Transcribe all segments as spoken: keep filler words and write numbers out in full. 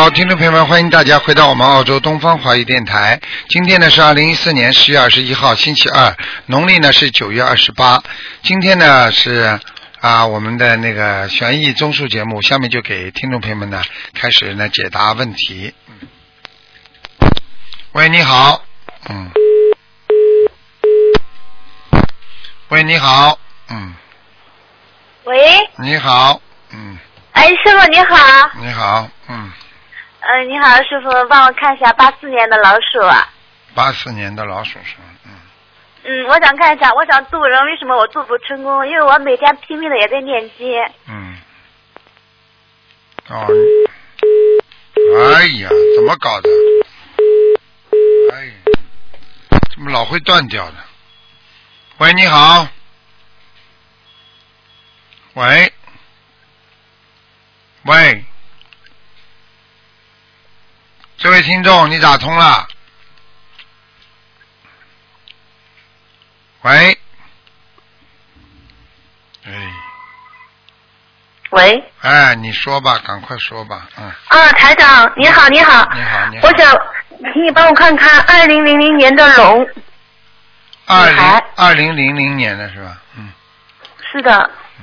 好，听众朋友们，欢迎大家回到我们澳洲东方华语电台。今天呢是二零一四年十月二十一号，星期二，农历呢是九月二十八。今天呢是啊我们的那个悬疑综述节目，下面就给听众朋友们呢开始呢解答问题。喂，你好，嗯。喂，你好，嗯。 喂。 你好，嗯。 哎，师傅你好。 你好，嗯。 呃，你好，师傅，帮我看一下八四年的老鼠啊。 八四年的老鼠是吧？嗯。 嗯，我想看一下，我想渡人，为什么我渡不成功？因为我每天拼命的也在念经。 嗯。哦。哎呀，怎么搞的？哎呀，怎么老会断掉的？喂，你好。喂。喂。这位听众，你打通了。喂。哎。 喂。 哎，你说吧，赶快说吧，嗯。 啊，台长，你好，你好。 你好，你好。 我想，请你帮我看看二零零零年的龙。 二零二零零零年的是吧？嗯。 是的。 嗯。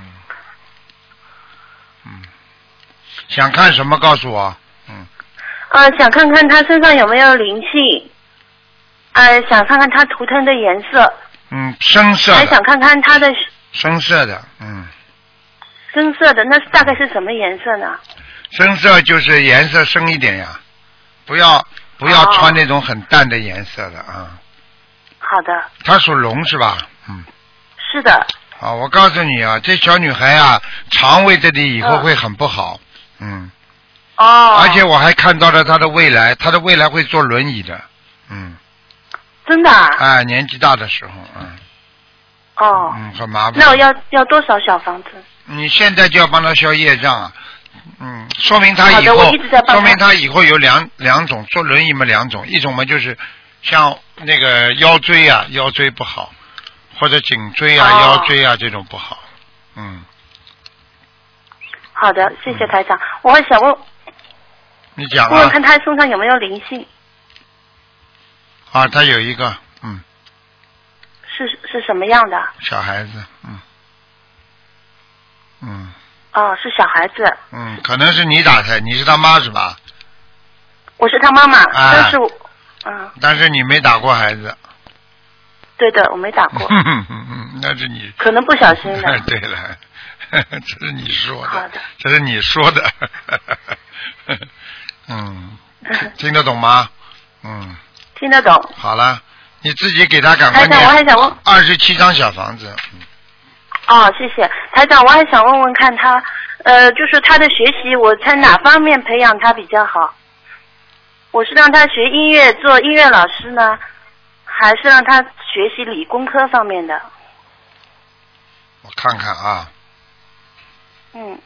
嗯。想看什么？告诉我。嗯。 呃，想看看他身上有没有灵性，呃，想看看他图腾的颜色。 嗯，深色的。 还想看看他的。 深色的，嗯。 深色的，那大概是什么颜色呢？ 深色就是颜色深一点呀，不要不要穿那种很淡的颜色的啊。 好的。 它属龙是吧？嗯。 是的。 好，我告诉你啊，这小女孩啊，肠胃这里以后会很不好，嗯。 哦。 而且我还看到了她的未来，她的未来会坐轮椅的，嗯。 真的啊？ 哎，年纪大的时候，嗯。 哦。 嗯，很麻烦。 那我要要多少小房子？ 你现在就要帮她消业障啊，嗯，说明她以后， 我一直在帮她说明她以后有两两种，坐轮椅嘛两种，一种嘛就是像那个腰椎啊，腰椎不好，或者颈椎啊、 哦、 腰椎啊这种不好，嗯。 好的，谢谢台长。嗯、我还想问。 你讲啊。 问问看他身上有没有灵性。 啊，他有一个，嗯。 是是什么样的？ 小孩子，嗯。嗯。 哦，是小孩子。 嗯，可能是你打胎，你是他妈是吧？ 我是他妈妈， 啊、 但是我，嗯。 但是你没打过孩子。 对的，我没打过。 嗯嗯，那是你。 可能不小心的。 对了，这是你说的。 好的。 这是你说的。嗯，听得懂吗？嗯。 听得懂。 好了，你自己给他赶快念。 台长，我还想问。 二十七张小房子。嗯哦，谢谢台长，我还想问问看他，呃，就是他的学习，我在哪方面培养他比较好？我是让他学音乐，做音乐老师呢，还是让他学习理工科方面的？ 我看看啊。 嗯。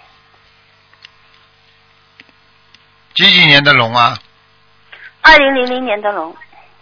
几几年的龙啊？ 二零零零年的龙。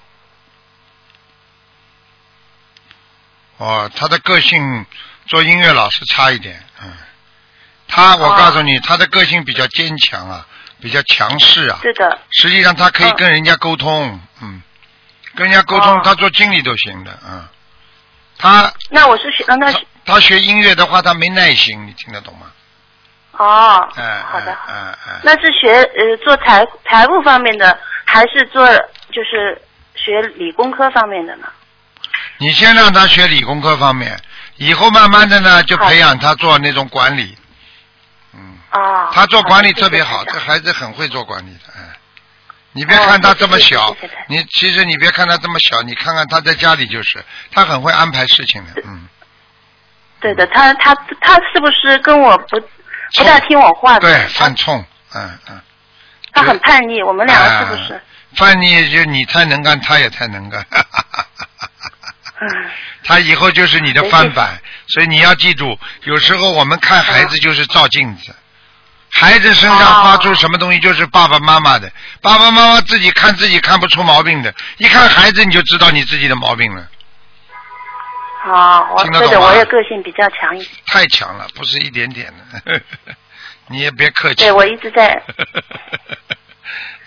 哦，他的个性做音乐老师差一点，嗯，他我告诉你，他的个性比较坚强啊，比较强势啊。 对的。 实际上他可以跟人家沟通，嗯，跟人家沟通，他做经理都行的，嗯。他。 那我是学让他。 他学音乐的话，他没耐心，你听得懂吗？ 哦。 哎。 好的。 哎哎。 那是学呃做财财务方面的，还是做就是学理工科方面的呢？ 你先让他学理工科方面，以后慢慢的呢，就培养他做那种管理。嗯。 哦。 他做管理特别好，这孩子很会做管理的，哎。你别看他这么小， 哦、谢谢谢谢你其实你别看他这么小，你看看他在家里就是，他很会安排事情的，嗯。 对的，他他他是不是跟我不不大听我话的？ 对，犯冲，嗯嗯。 他很叛逆，我们两个是不是？ 啊、叛逆就你太能干，他也太能干。 嗯。 他以后就是你的翻版，所以你要记住，有时候我们看孩子就是照镜子，孩子身上发出什么东西就是爸爸妈妈的，爸爸妈妈自己看自己看不出毛病的，一看孩子你就知道你自己的毛病了。 哦，我对的，我也个性比较强一点。 太强了，不是一点点的，你也别客气。 对，我一直在。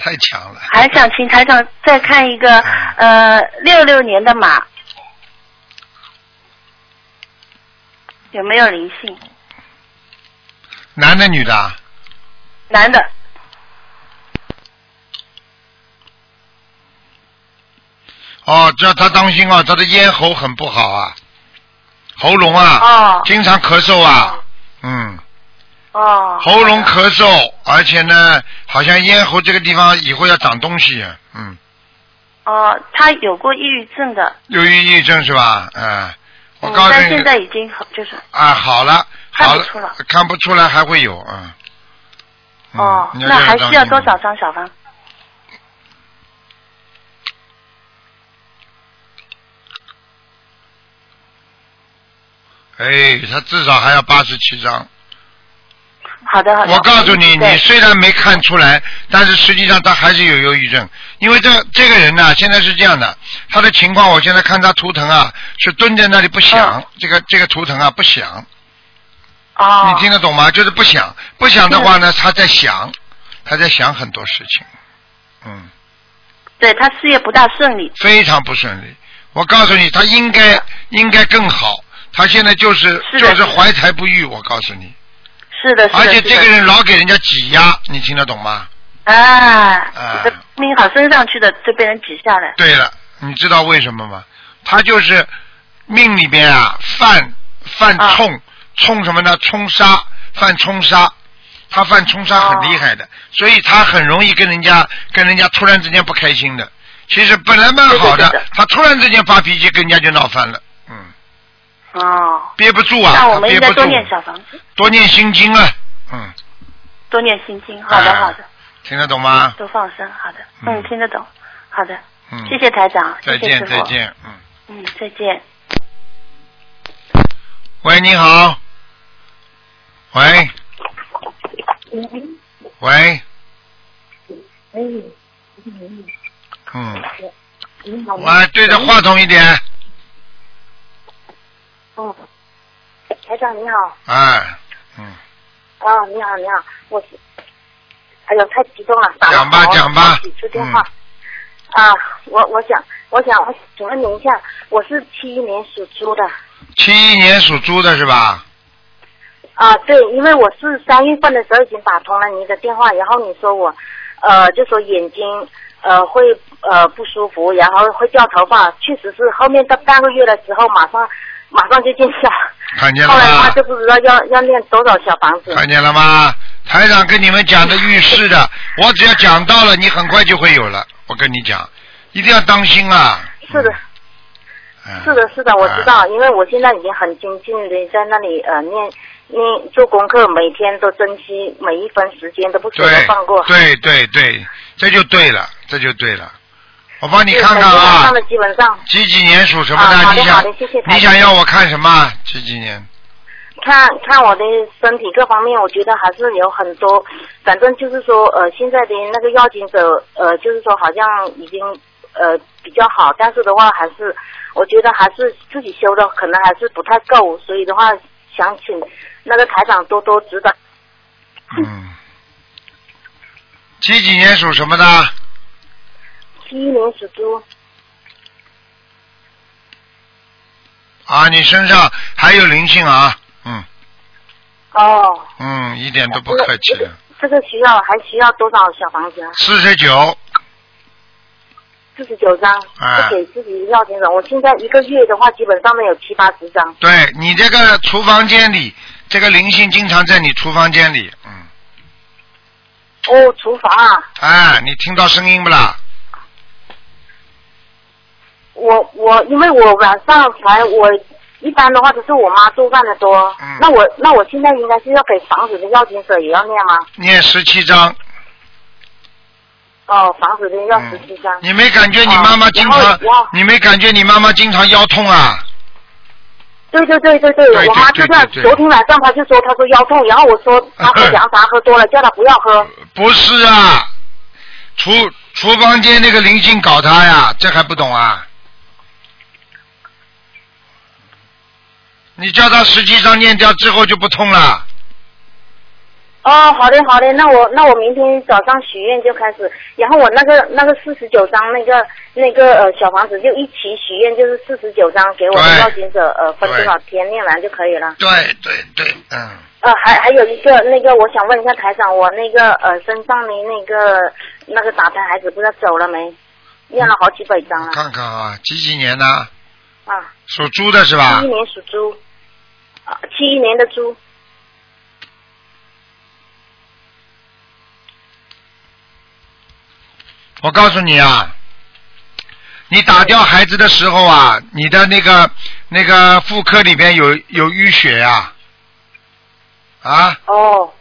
太强了。 还想请台长再看一个呃六六年的马，有没有灵性？ 男的女的啊？ 男的。 哦，叫他当心啊，他的咽喉很不好啊，喉咙啊， 哦， 经常咳嗽啊，嗯。 哦。 喉咙咳嗽，而且呢，好像咽喉这个地方以后要长东西，嗯。 哦，他有过抑郁症的。 有抑郁症是吧？嗯。我告诉你。 但现在已经好，就是。 啊，好了，好了， 看不出了， 看不出来还会有，嗯。 哦， 嗯、 那还需要多少张小房？ 哎，他至少还要八十七张。 好的，好的。 我告诉你，你虽然没看出来，但是实际上他还是有忧郁症。因为这这个人呢，现在是这样的，他的情况，我现在看他图腾啊，是蹲在那里不响，嗯、这个这个图腾啊不响。 哦。 你听得懂吗？就是不响，不响的话呢，他在想，他在想很多事情，嗯。 对，他事业不大顺利。 非常不顺利。我告诉你，他应该应该更好。他现在就是就是怀才不遇，我告诉你。 是的，是的。 而且这个人老给人家挤压，你听得懂吗？ 啊，啊这命好升上去的，就被人挤下来。 对了，你知道为什么吗？他就是命里边啊，犯犯冲、啊、冲什么呢？冲杀，犯冲杀，他犯冲杀很厉害的，哦、所以他很容易跟人家跟人家突然之间不开心的。其实本来蛮好的， 对对对对他突然之间发脾气，跟人家就闹翻了。 哦， 憋不住啊！ 那我们应该多念小房子， 多念心经啊，嗯， 多念心经。好的，好的， 听得懂吗？ 多放生，好的，嗯，听得懂，好的，嗯，谢谢台长， 再见，再见，嗯， 嗯，再见。 喂，你好，喂，喂，嗯，喂，对着话筒一点。 哦，台长你好。 哎，嗯。 哦，你好，你好，我是，哎呦，太激动了，打讲吧，讲吧。 挤出电话。嗯、啊，我我想，我想，我请问您一下，我是七一年属猪的。 七一年属猪的是吧？ 啊，对，因为我是三月份的时候已经打通了你的电话，然后你说我，呃，就说眼睛呃会呃不舒服，然后会掉头发，确实是后面到半个月的时候马上。马上就见效， 看见了吗？ 后来他就不知道要要念多少小房子。 看见了吗？台长跟你们讲的预示的，我只要讲到了，你很快就会有了。我跟你讲，一定要当心啊！ 是的， 嗯、 是的，是的，我知道，嗯、因为我现在已经很精进的在那里呃念念做功课，每天都珍惜每一分时间，都不舍得放过。 对对对，这就对了，这就对了。我帮你看看啊， 基本上几几年属什么的？ 啊、 你想谢谢你想要我看什么？几几年？ 看看我的身体各方面，我觉得还是有很多，反正就是说，呃，现在的那个要经者，呃，就是说好像已经呃比较好，但是的话还是，我觉得还是自己修的可能还是不太够，所以的话想请那个台长多多指导。 嗯，几几年属什么的？ 七一年属猪。 啊，你身上还有灵性啊，嗯。 哦。 嗯，一点都不客气。 这个、这个需要还需要多少小房子啊？ 四十九。 四十九张， 哎， 给自己要钱的。我现在一个月的话，基本上都有七八十张。 对你这个厨房间里，这个灵性经常在你厨房间里，嗯。 哦，厨房啊。 哎，你听到声音不啦？ 我我因为我晚上才我一般的话都是我妈做饭的多，嗯、那我那我现在应该是要给房子的要经者也要念吗？ 念十七章。 哦，房子的要十七章。 你没感觉你妈妈经常？哦、你没感觉你妈妈经常腰痛啊？ 对对对对对，对我妈就这样。昨天晚上她就说她说腰痛，然后我说她喝凉茶喝多了，叫她不要喝。 不是啊，厨厨房间那个灵性搞她呀，这还不懂啊？你叫他实际上念掉之后就不痛了。 哦，好的好的，那我那我明天早上许愿就开始，然后我那个那个四十九张那个那个呃小房子就一起许愿，就是四十九张给我的要经者呃分多少天念完就可以了。 对对对，嗯。 呃，还还有一个那个，我想问一下台长，我那个呃身上的那个那个打胎孩子不知道走了没？念了好几百张了。 看看啊，几几年呢？ 啊。 属猪的是吧？ 七一年属猪。啊，七一年的猪。 我告诉你啊，你打掉孩子的时候啊，你的那个那个妇科里边有有淤血呀、啊，啊。 哦。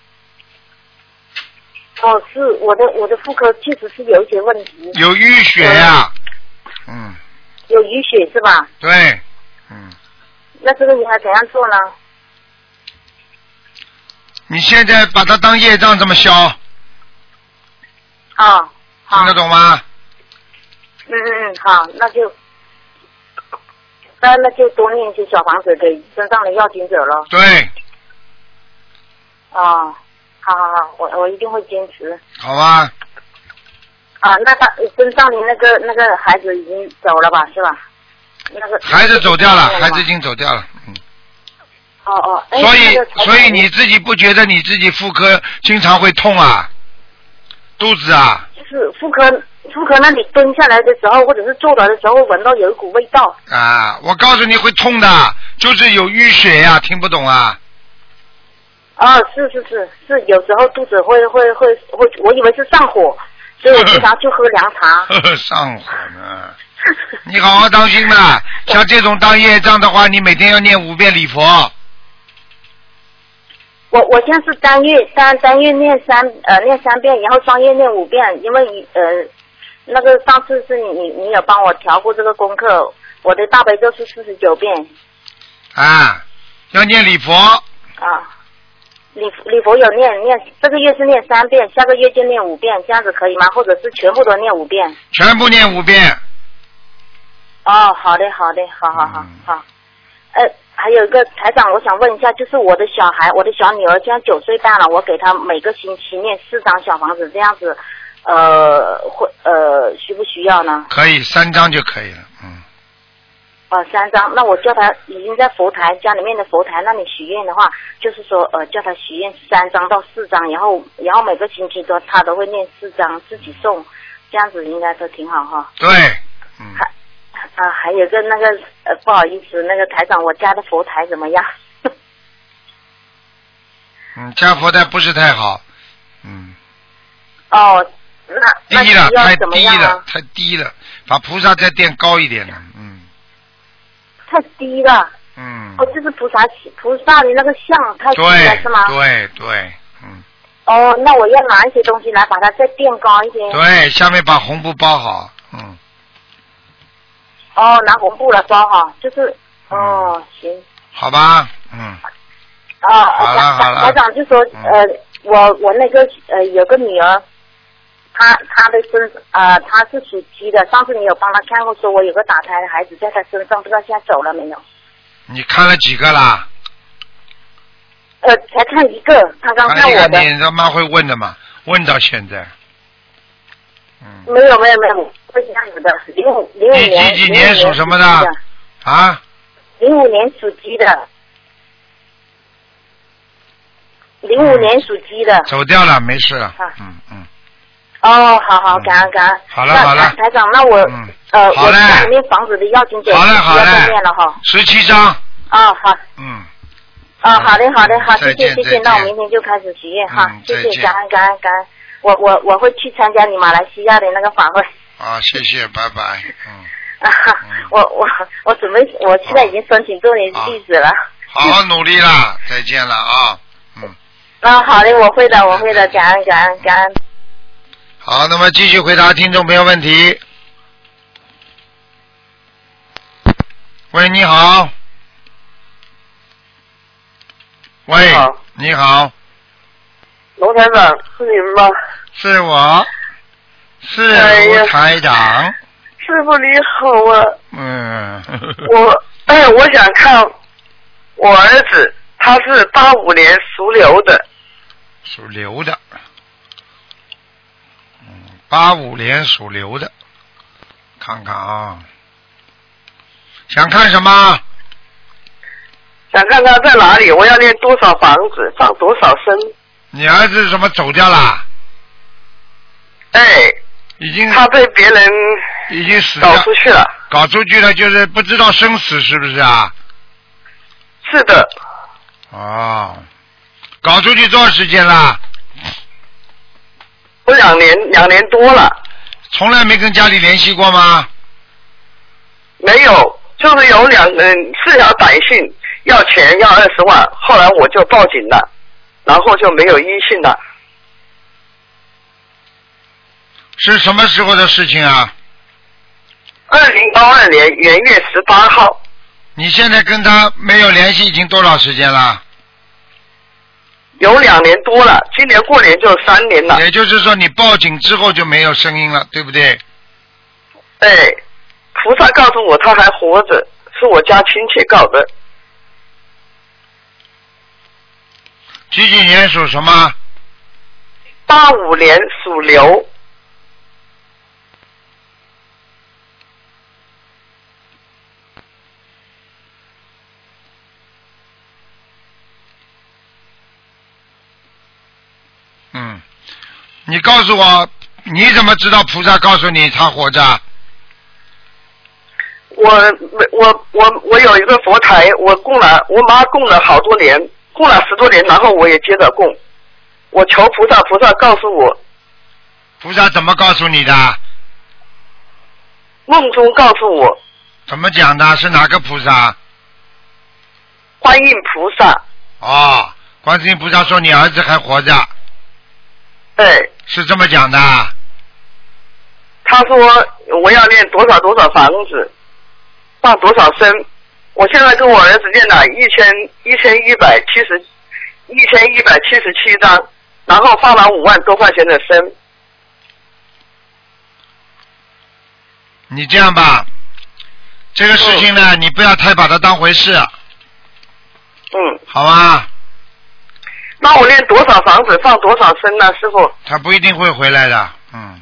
哦，是我的我的妇科确实是有一些问题。 有淤血呀、啊。嗯。 有淤血是吧？ 对。嗯。 那这个应该怎样做呢？ 你现在把它当业障这么消。 啊。 听得懂吗？ 嗯嗯嗯，好，那就那那就多念一些小房子给身上的要经者了。 对。 哦，好好好，我我一定会坚持。 好吧。 啊，那他身上的那个那个孩子已经走了吧，是吧？那个孩子走掉了，孩子已经走掉了，嗯。 哦哦。 所以、那个、所以你自己不觉得你自己妇科经常会痛啊？肚子啊？ 就是妇科妇科那里蹲下来的时候，或者是坐着的时候，闻到有一股味道。 啊，我告诉你会痛的，就是有淤血呀、啊，听不懂啊？ 啊，是是是是，有时候肚子会会会会，我以为是上火，所以我经常就喝凉茶。 上火呢？你好好当心啦，像这种当业障的话，你每天要念五遍礼佛。 我我现在是单月单单月念三呃念三遍，然后双月念五遍，因为呃那个上次是你你有帮我调过这个功课，我的大悲咒是四十九遍。 啊，要念礼佛。 啊，礼礼佛有念念，这个月是念三遍，下个月就念五遍，这样子可以吗？或者是全部都念五遍？ 全部念五遍。 哦，好的好的，好好好、嗯、好。呃，还有一个台长，我想问一下，就是我的小孩，我的小女儿现在九岁半了，我给她每个星期念四张小房子，这样子，呃，会呃需不需要呢？ 可以，三张就可以了，嗯。 呃，三张，那我叫她已经在佛台家里面的佛台那里许愿的话，就是说呃叫她许愿三张到四张，然后然后每个星期都她都会念四张自己送，这样子应该都挺好哈。 对，嗯。 还啊，还有个那个呃，不好意思，那个台长，我家的佛台怎么样？ 嗯，家佛台不是太好，嗯。 哦，那低了，太低了， 太低了，把菩萨再垫高一点了，嗯。 太低了。 嗯。 哦，就是菩萨菩萨的那个像太低了，是吗？ 对对，嗯。 哦，那我要拿一些东西来把它再垫高一些。 对，下面把红布包好，嗯。 哦，拿红布来包哈，就是，哦，行。 好吧，嗯。 啊， 好了好了。 台长就说，呃，我我那个呃有个女儿，她她的身啊、呃、她是属鸡的，上次你有帮她看过，说我有个打胎的孩子在她身上，不知道现在走了没有？ 你看了几个啦？ 呃，才看一个，刚刚看我的。 你他妈会问的嘛？问到现在。嗯。 没有没有没有。会这样子的，零五零五年， 你几几年属什么的？啊？ 零五年属鸡的，零五年属鸡的。 走掉了，没事了。嗯嗯。 哦，好好，感恩感恩。 好了好了。 台长，那我呃，我家里面房子的要经者好了好了， 了哈。 十七张。 哦好。 嗯。 哦，好的好的好，谢谢谢谢，那我明天就开始许愿哈，谢谢感恩感恩感恩，我我我会去参加你马来西亚的那个法会。 啊，谢谢，拜拜。嗯。 啊，我我我准备，我现在已经申请做你的弟子了。 好好努力啦，再见了啊。嗯。 啊，好的，我会的，我会的，感恩感恩感恩。 好，那么继续回答听众朋友问题。喂，你好。喂， 你好。 你好。 龙台长，是你们吗？ 是我。是卢台长、哎。 师傅你好啊。 嗯。 我哎，我想看我儿子，他是八五年属牛的。 属牛的，嗯，八五年属牛的，看看啊，想看什么？ 想看他在哪里，我要念多少房子，放多少生。 你儿子怎么走掉了？ 哎， 已经他被别人已经死掉搞出去了。 搞出去了，就是不知道生死，是不是啊？ 是的。 哦，搞出去多少时间了？ 我两年两年多了。 从来没跟家里联系过吗？ 没有，就是有两嗯四条短信要钱要二十万，后来我就报警了，然后就没有音信了。 是什么时候的事情啊？ 二零幺二年元月十八号。 你现在跟他没有联系已经多少时间了？ 有两年多了，今年过年就三年了。 也就是说你报警之后就没有声音了，对不对？ 哎，菩萨告诉我他还活着，是我家亲戚搞的。 几几年属什么？ 八五年属牛。 嗯，你告诉我，你怎么知道菩萨告诉你他活着？ 我我我我有一个佛台，我供了，我妈供了好多年，供了十多年，然后我也接着供。我求菩萨，菩萨告诉我。 菩萨怎么告诉你的？ 梦中告诉我。 怎么讲的？是哪个菩萨？ 观音菩萨。 哦，观世音菩萨说你儿子还活着。 对。 是这么讲的。 他说我要念多少多少房子，放多少生。我现在跟我儿子念了一千一千一百七十一千一百七十七张，然后放了五万多块钱的生。 你这样吧，这个事情呢，嗯、你不要太把它当回事。 嗯。 好吧。 那我念多少房子放多少生呢，师傅？ 他不一定会回来的，嗯。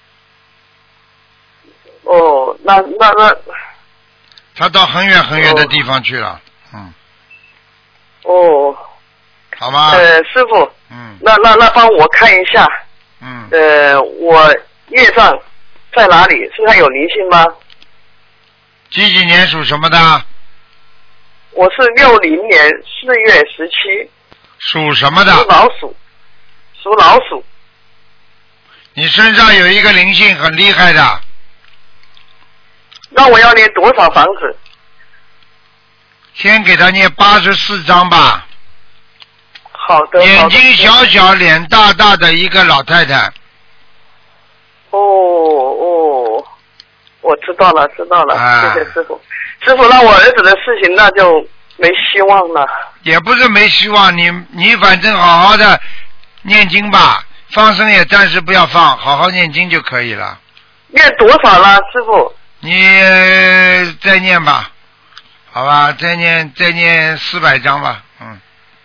哦，那那那。 他到很远很远的地方去了，哦、嗯。 哦。 好吧。 呃，师傅。 嗯。 那那那帮我看一下。 嗯。 呃，我业障在哪里？身上有灵性吗？ 几几年属什么的？ 我是六零年四月十七。 属什么的？ 属老鼠。属老鼠。 你身上有一个灵性很厉害的。 那我要念多少房子？ 先给他念八十四章吧。 好的。 眼睛小小，脸大大的一个老太太。 哦哦，我知道了，知道了， 啊、 谢谢师傅。师傅，那我儿子的事情那就没希望了。 也不是没希望，你你反正好好的念经吧，放生也暂时不要放，好好念经就可以了。 念多少了，师傅？ 你再念吧，好吧，再念再念四百章吧，嗯。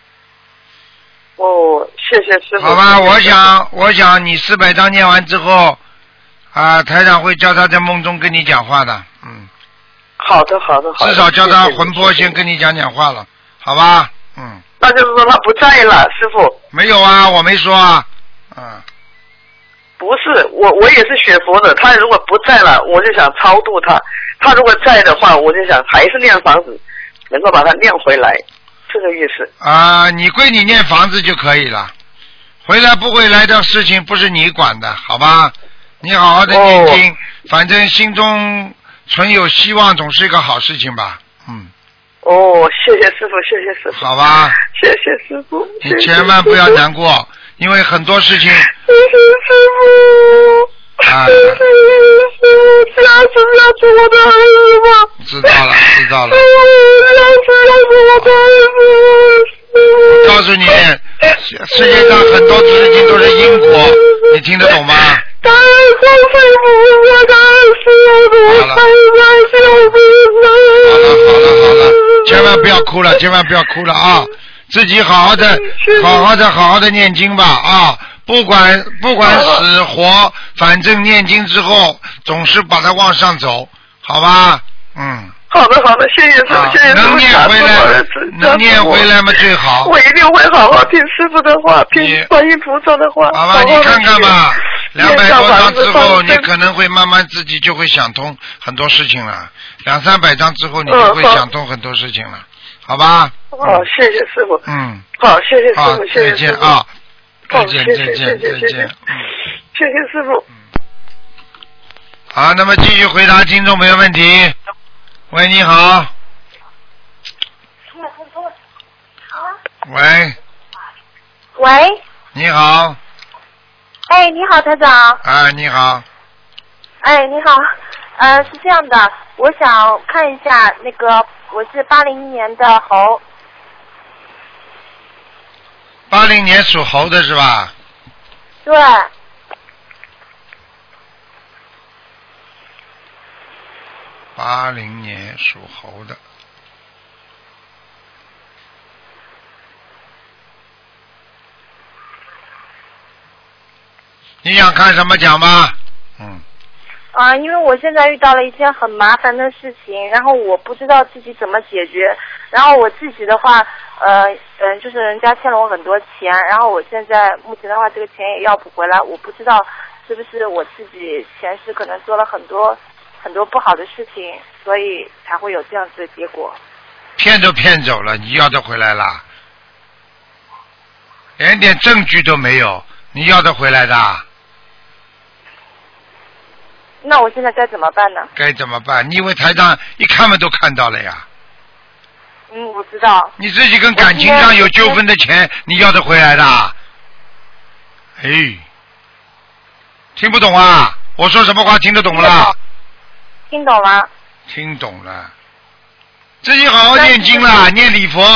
哦，谢谢师傅。 好吧， 谢谢我想我想你四百章念完之后，啊，台长会叫他在梦中跟你讲话的，嗯。 好的，好的，好的。 至少叫他魂魄先跟你讲讲话了，好吧，嗯。 那就是说他不在了，师傅。 没有啊，我没说啊，嗯。 不是，我我也是学佛的，他如果不在了，我就想超度他；他如果在的话，我就想还是念房子，能够把他念回来，这个意思。 啊，你归你念房子就可以了，回来不回来的事情不是你管的，好吧？你好好的念经，哦、反正心中存有希望，总是一个好事情吧，嗯。 哦，谢谢师傅，谢谢师傅。 好吧。 谢谢师傅。 你千万不要难过，因为很多事情。 谢谢师傅。 啊。 谢谢师傅，加持加持我的儿子吧。 知道了，知道了。 加持加持我的儿子。 我告诉你，世界上很多事情都是因果，你听得懂吗？ 感恩观世音菩萨，感恩师父，感恩修行人。 好了好了好了，千万不要哭了，千万不要哭了啊！ 自己好好的好好的好好的念经吧啊！不管不管死活，反正念经之后总是把它往上走，好吧？嗯。 好的好的，谢谢师傅，谢谢师傅。 能念回来，能念回来嘛最好。 我一定会好好听师傅的话，听观音菩萨的话。 好吧，你看看吧，两百多张之后，你可能会慢慢自己就会想通很多事情了。两三百张之后，你就会想通很多事情了，好吧？ 好，谢谢师傅。 嗯。 好，谢谢师傅，谢谢再见啊！再见再见再见。嗯。 谢谢师傅。 好，那么继续回答听众朋友问题。喂，你好。喂。 喂。 你好。 哎，你好，台长。 啊，你好。 哎，你好。呃，是这样的，我想看一下那个，我是八零年的猴。 八零年属猴的是吧？ 对。 八零年属猴的，你想看什么讲吧？嗯。 啊、呃，因为我现在遇到了一件很麻烦的事情，然后我不知道自己怎么解决，然后我自己的话，呃，嗯、呃，就是人家欠了我很多钱，然后我现在目前的话，这个钱也要不回来，我不知道是不是我自己前世可能做了很多。很多不好的事情，所以才会有这样子的结果。 骗都骗走了，你要得回来啦？连点证据都没有，你要得回来的？ 那我现在该怎么办呢？ 该怎么办？你以为台上一看嘛都看到了呀？ 嗯，我知道。 你自己跟感情上有纠纷的钱，你要得回来的？哎，听不懂啊？我说什么话听得懂了？ 听懂了。 听懂了。自己好好念经了，念礼佛。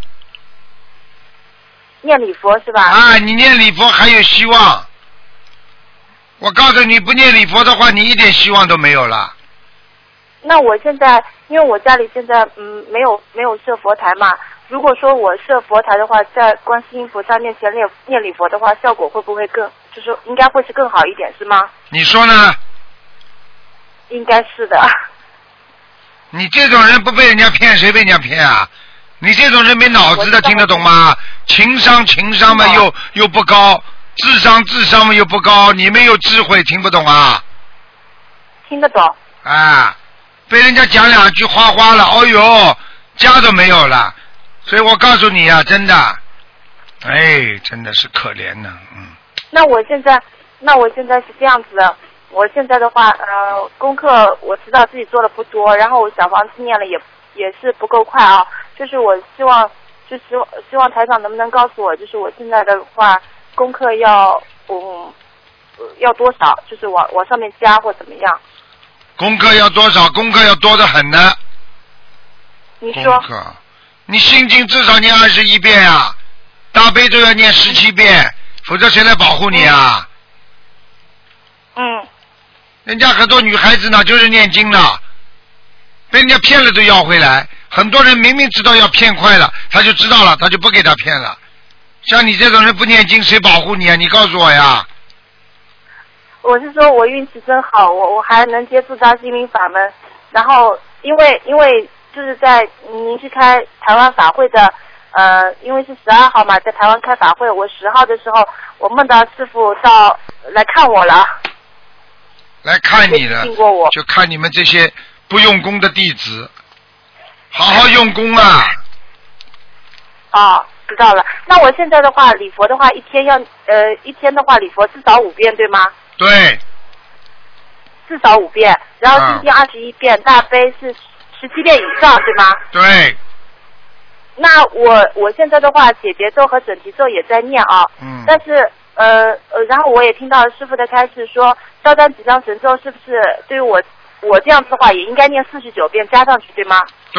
念礼佛是吧？ 啊，你念礼佛还有希望。我告诉你，不念礼佛的话，你一点希望都没有了。 那我现在，因为我家里现在嗯没有没有设佛台嘛，如果说我设佛台的话，在观世音菩萨面前念念礼佛的话，效果会不会更，就是应该会是更好一点，是吗？ 你说呢？ 应该是的。 你这种人不被人家骗，谁被人家骗啊？你这种人没脑子的，听得懂吗？情商情商嘛又又不高，智商智商嘛又不高，你没有智慧，听不懂啊？ 听得懂。 啊，被人家讲两句花花了，哦哟，家都没有了。所以我告诉你啊，真的，哎，真的是可怜呢，嗯。 那我现在，那我现在是这样子的。我现在的话，呃，功课我知道自己做的不多，然后我小房子念了也也是不够快啊。就是我希望，就希望希望台长能不能告诉我，就是我现在的话，功课要嗯要多少，就是往往上面加或怎么样？ 功课要多少？功课要多得很呢。 你说。 功课，你心经至少念二十一遍啊，大悲咒要念十七遍，否则谁来保护你啊？ 嗯。 人家很多女孩子呢，就是念经了，被人家骗了都要回来。很多人明明知道要骗快了，他就知道了，他就不给他骗了。像你这种人不念经，谁保护你啊？你告诉我呀。 我是说我运气真好，我我还能接触到心灵法门。然后因为因为就是在您去开台湾法会的，呃，因为是十二号嘛，在台湾开法会，我十号的时候我梦到师父到来看我了。 来看你了，就看你们这些不用功的弟子，好好用功啊！ 哦，知道了。那我现在的话，礼佛的话，一天要呃一天的话，礼佛至少五遍，对吗？ 对。 至少五遍，然后心经二十一遍，大悲是十七遍以上，对吗？ 对。 那我我现在的话，解结咒和整齐咒也在念啊， 嗯， 但是。呃呃，然后我也听到师傅的开示说，烧单几张神咒是不是对于我我这样子的话，也应该念四十九遍加上去，对吗？ 对。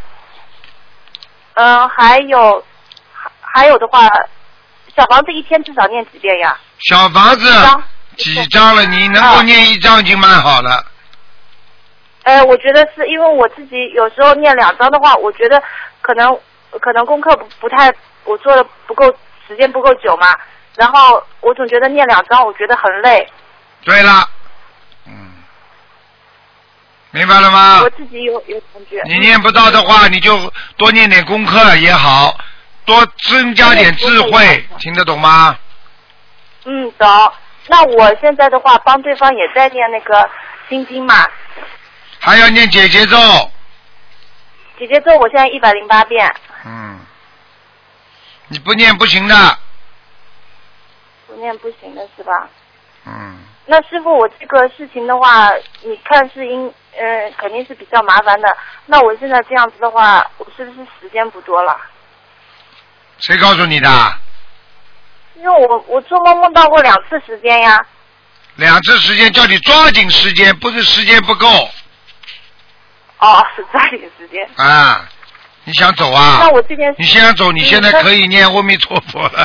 嗯、呃，还有还还有的话，小房子一天至少念几遍呀？ 小房子几张了？你能够念一张已经蛮好了。 呃，我觉得是因为我自己有时候念两张的话，我觉得可能可能功课不不太。 我做的不够时间不够久嘛，然后我总觉得念两张我觉得很累。 对了，嗯，明白了吗？ 我自己有有感觉。 你念不到的话，你就多念点功课也好，多增加点智慧，听得懂吗？ 嗯，懂。那我现在的话，帮对方也在念那个心经嘛。 还要念姐姐咒。 姐姐咒我现在一百零八遍。 嗯。你不念不行的。 不念不行的是吧？ 嗯。 那师傅，我这个事情的话，你看是因嗯，肯定是比较麻烦的。那我现在这样子的话，我是不是时间不多了？ 谁告诉你的？ 因为我我做梦梦到过两次时间呀。 两次时间叫你抓紧时间，不是时间不够。 哦，是抓紧时间。 啊，你想走啊？ 那我这边你现在走，你现在可以念阿弥陀佛了。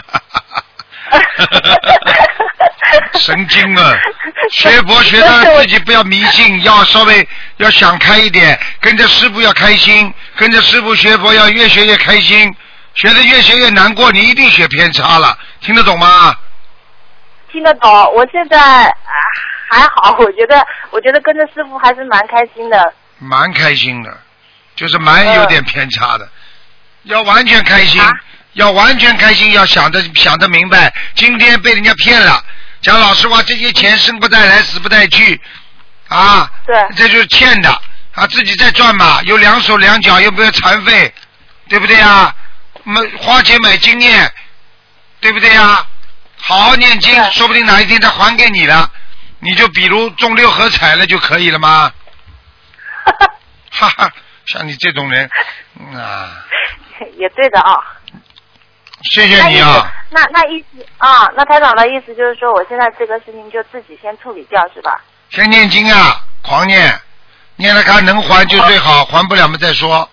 神经啊！学佛学到自己不要迷信，要稍微要想开一点，跟着师父要开心，跟着师父学佛要越学越开心，学的越学越难过，你一定学偏差了，听得懂吗？ 听得懂，我现在啊还好，我觉得我觉得跟着师父还是蛮开心的。 蛮开心的，就是蛮有点偏差的，呃、要完全开心。啊要完全开心，要想得想得明白，今天被人家骗了，讲老实话，这些钱生不带来死不带去啊， 对， 这就是欠的啊，自己在赚嘛，有两手两脚又没有残废，对不对啊？买花钱买经验，对不对啊？好好念经，说不定哪一天他还给你了，你就比如中六合彩了就可以了吗？哈哈，像你这种人，嗯、啊， 也对的啊。 谢谢你啊。 那那意思啊，那台长的意思就是说，我现在这个事情就自己先处理掉，是吧？ 先念经啊，狂念，念了看能还就最好，还不了嘛再说。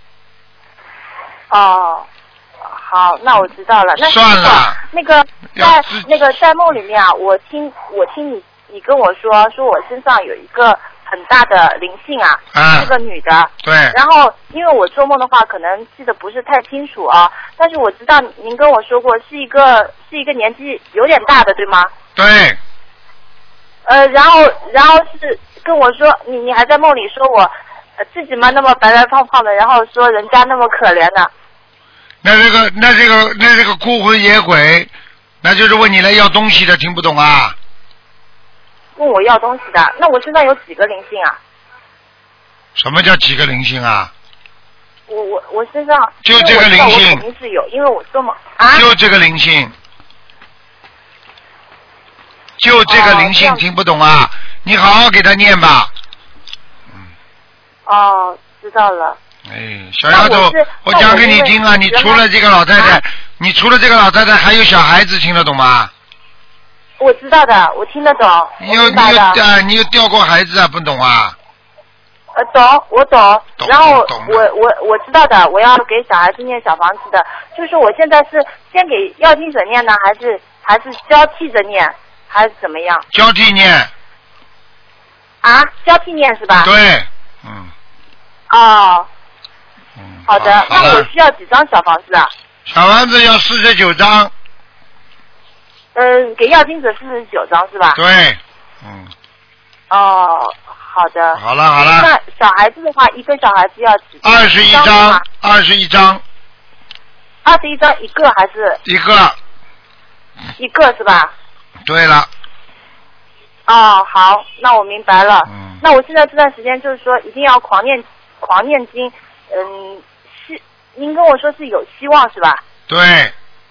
哦，好，那我知道了。那算了。 那个在那个在梦里面啊，我听我听你你跟我说，说我身上有一个很大的灵性啊， 啊是个女的。 对。 然后因为我做梦的话，可能记得不是太清楚啊，但是我知道您跟我说过，是一个是一个年纪有点大的，对吗？ 对。 呃，然后然后是跟我说，你你还在梦里说我、呃、自己嘛那么白白胖胖的，然后说人家那么可怜的。 那这个那这个那这个孤魂野鬼，那就是问你来要东西的，听不懂啊？ 问我要东西的，那我身上有几个灵性啊？ 什么叫几个灵性啊？ 我我我身上就这个灵性， 我肯定是有，因为我做梦啊。 就这个灵性，就这个灵性、哦、听不懂啊？你好好给他念吧。 嗯。哦，知道了。 哎，小丫头，我, 我讲给你听啊！你除了这个老太太、啊，你除了这个老太太，还有小孩子，听得懂吗？ 我知道的，我听得懂。 你有你有啊？你有掉过孩子啊？不懂啊？ 呃，懂，我懂。 懂然后懂我我我知道的，我要给小孩子念小房子的。就是我现在是先给要经者念呢，还是还是交替着念，还是怎么样？ 交替念。 啊，交替念是吧？ 对，嗯。 哦。 嗯。 好的， 好那我需要几张小房子啊？ 小房子要四十九张。 嗯，给要经者四十九张是吧？ 对，嗯。 哦，好的。 好了好了。 那小孩子的话，一个小孩子要几张？ 二十一张，二十一张。 二十一张一个还是？ 一个。 一个是吧？ 对了。 哦，好，那我明白了。 嗯。 那我现在这段时间就是说，一定要狂念狂念经，嗯，是您跟我说是有希望是吧？ 对。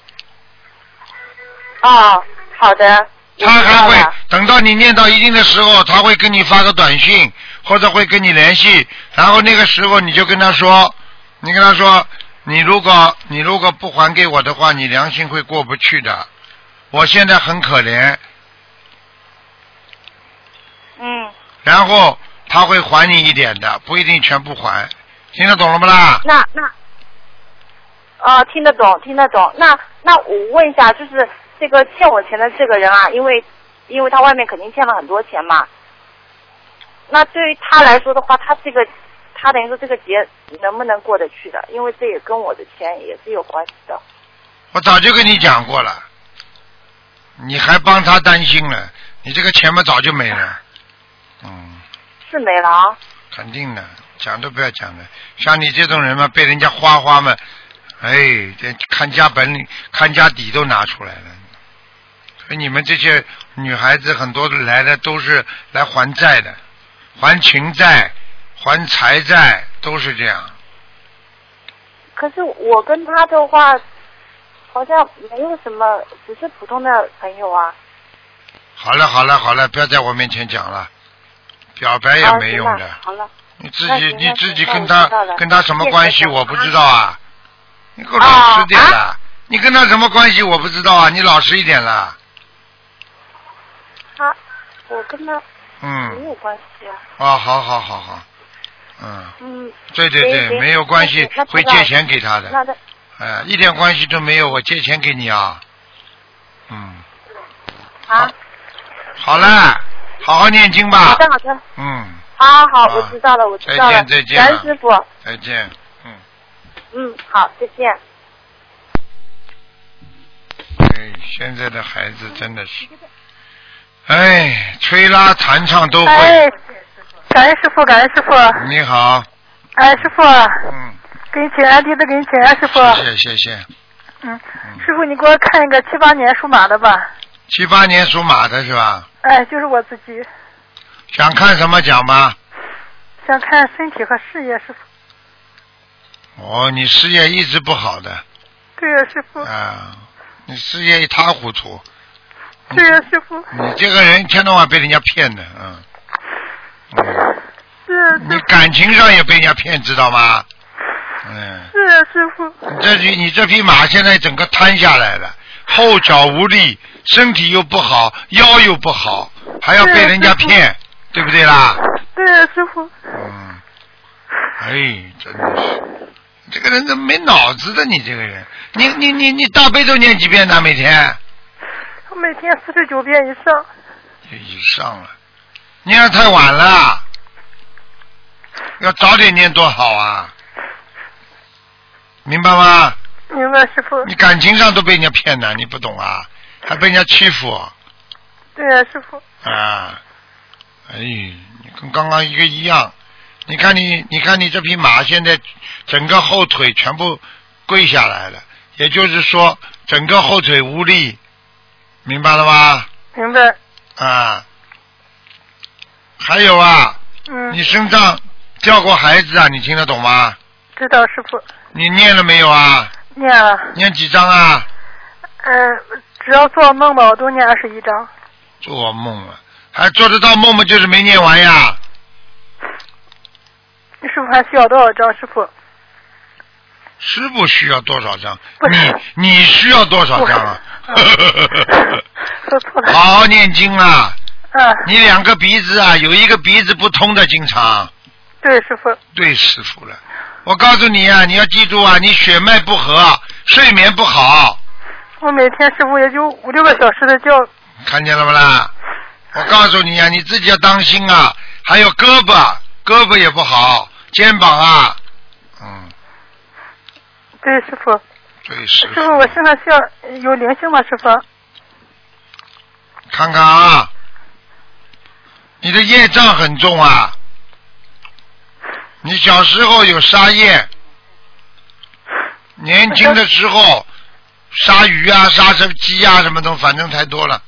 哦，好的。 他还会等到你念到一定的时候，他会跟你发个短信，或者会跟你联系，然后那个时候你就跟他说，你跟他说，你如果你如果不还给我的话，你良心会过不去的。我现在很可怜。 嗯。 然后他会还你一点的，不一定全部还，听得懂了不啦？ 那那，哦，听得懂，听得懂。那那我问一下，就是这个欠我钱的这个人啊，因为因为他外面肯定欠了很多钱嘛。那对于他来说的话，他这个他等于说这个节能不能过得去的？因为这也跟我的钱也是有关系的。 我早就跟你讲过了，你还帮他担心了，你这个钱嘛早就没了。嗯。 是没了啊。 肯定的，讲都不要讲的。像你这种人嘛，被人家花花嘛，哎，这看家本领、看家底都拿出来了。所以你们这些女孩子很多来的都是来还债的，还情债、还财债，都是这样。 可是我跟他的话，好像没有什么，只是普通的朋友啊。 好了好了好了，不要在我面前讲了，表白也没用的。 好了。 你自己你自己跟他跟他什么关系我不知道啊，你给我老实点了，啊、你跟他什么关系我不知道啊，你老实一点了。 他，我跟他嗯没有关系啊。 哦，好好好好，嗯嗯， 对对对，没有关系，会借钱给他的，哎、呃，一点关系都没有，我借钱给你啊，嗯， 啊， 好了，好好念经吧。 好的好的， 嗯。 好好，我知道了，我知道了。 再见再见。 感恩师傅。 再见，嗯。 嗯，好，再见。 哎，现在的孩子真的是，哎，吹拉弹唱都会。 哎，感恩师傅，感恩师傅。 你好。 哎，师傅。 嗯。 给你请安，弟子给你请安，师傅。 谢谢谢谢。 嗯。师傅，你给我看一个七八年属马的吧。 七八年属马的是吧？ 哎，就是我自己。 想看什么讲吧？ 想看身体和事业，师傅。 哦，你事业一直不好的。 对呀，师傅。 啊，你事业一塌糊涂。 对呀，师傅。 你这个人一天到晚被人家骗的，嗯。嗯。 是啊。 你感情上也被人家骗，知道吗？嗯。 是啊，师傅。 你这匹你这匹马现在整个瘫下来了，后脚无力，身体又不好，腰又不好，还要被人家骗。对不对啦？ 对啊，师傅。 嗯，哎，真的是，这个人怎么没脑子的？你这个人，你你你你大悲咒念几遍呢？每天？ 每天四十九遍以上。 以上了，念得太晚了，要早点念多好啊！明白吗？ 明白，师傅。 你感情上都被人家骗了，你不懂啊？还被人家欺负。 对啊，师傅。 啊。哎，你跟刚刚一个一样，你看你，你看你这匹马现在整个后腿全部跪下来了，也就是说整个后腿无力，明白了吗？ 明白。 啊，还有啊， 嗯， 你身上掉过孩子啊，你听得懂吗？ 知道，师傅。 你念了没有啊？ 念了。 念几张啊？ 呃，只要做梦吧，我都念二十一张。 做梦啊，还做得到梦吗？就是没念完呀。 师傅还需要多少张？师傅。 师傅需要多少张？你你需要多少张啊？ 说错了。 好好念经啊！ 嗯。 你两个鼻子啊，有一个鼻子不通的，经常。 对，师傅。 对，师傅了。我告诉你啊，你要记住啊，你血脉不和，睡眠不好。 我每天师傅也就五六个小时的觉。 看见了不啦？我告诉你啊，你自己要当心啊！还有胳膊，胳膊也不好，肩膀啊，嗯。 对，师傅。 对，师傅。 师傅，我身上需要有灵性吗？师傅。 看看啊，你的业障很重啊！你小时候有杀业，年轻的时候杀鱼啊、杀什么鸡啊什么的，反正太多了。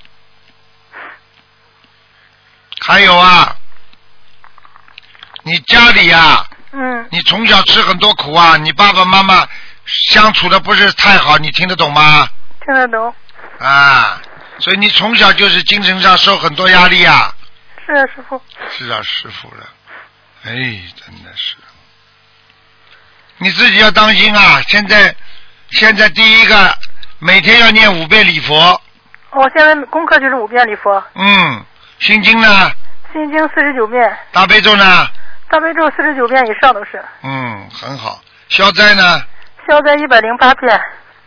还有啊，你家里啊， 嗯， 你从小吃很多苦啊，你爸爸妈妈相处的不是太好，你听得懂吗？ 听得懂。 啊，所以你从小就是精神上受很多压力啊。 是啊，师傅。 是啊，师傅了。哎，真的是。你自己要当心啊！现在，现在第一个，每天要念五遍礼佛。 我现在功课就是五遍礼佛。 嗯，心经呢？ 心经四十九遍。 大悲咒呢？ 大悲咒四十九遍以上都是。 嗯，很好。消灾呢？ 消灾一百零八遍。